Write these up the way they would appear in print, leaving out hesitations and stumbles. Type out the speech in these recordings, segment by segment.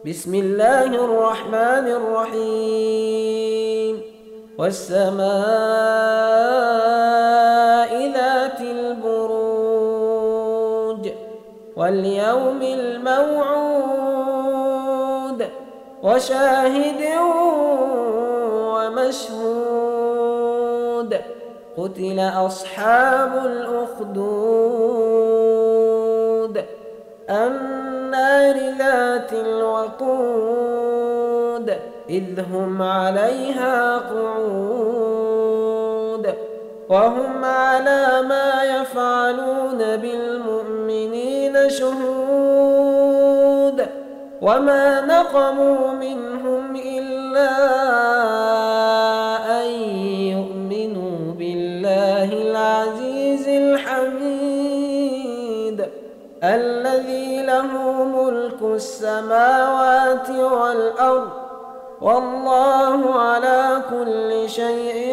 بسم الله الرحمن الرحيم والسماء ذات البروج واليوم الموعود وشاهد ومشهود قتل أصحاب الأخدود النار ذات الوقود إذ هم عليها قعود وهم على ما يفعلون بالمؤمنين شهود وما نقموا منهم إلا أن يؤمنوا بالله العزيز الحميد الذي له ملك السماوات والأرض والله على كل شيء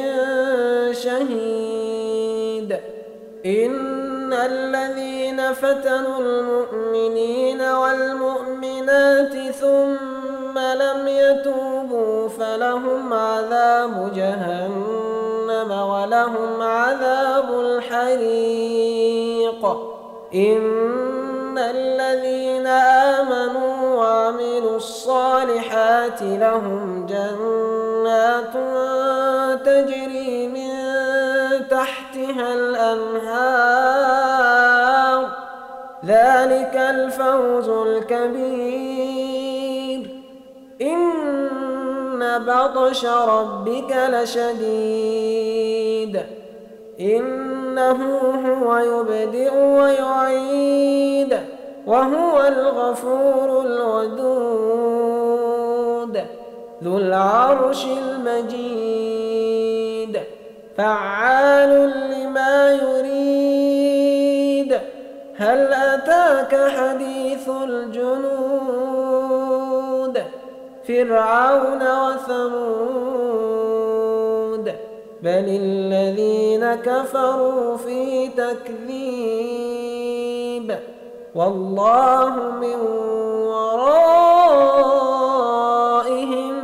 شهيد إن الذين فتنوا المؤمنين والمؤمنات ثم لم يتوبوا فلهم عذاب جهنم ولهم عذاب الحريق إن الذين آمنوا وعملوا الصالحات لهم جنات تجري من تحتها الأنهار ذلك الفوز الكبير إن بطش ربك لشديد إنه هو يبدئ ويعيد وهو الغفور الودود ذو العرش المجيد فعال لما يريد هل أتاك حديث الجنود فرعون وثمود بل الذين كفروا في تكذيب والله من ورائهم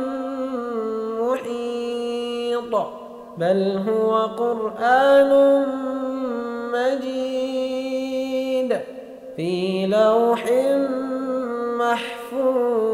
محيط بل هو قرآن مجيد في لوح محفوظ.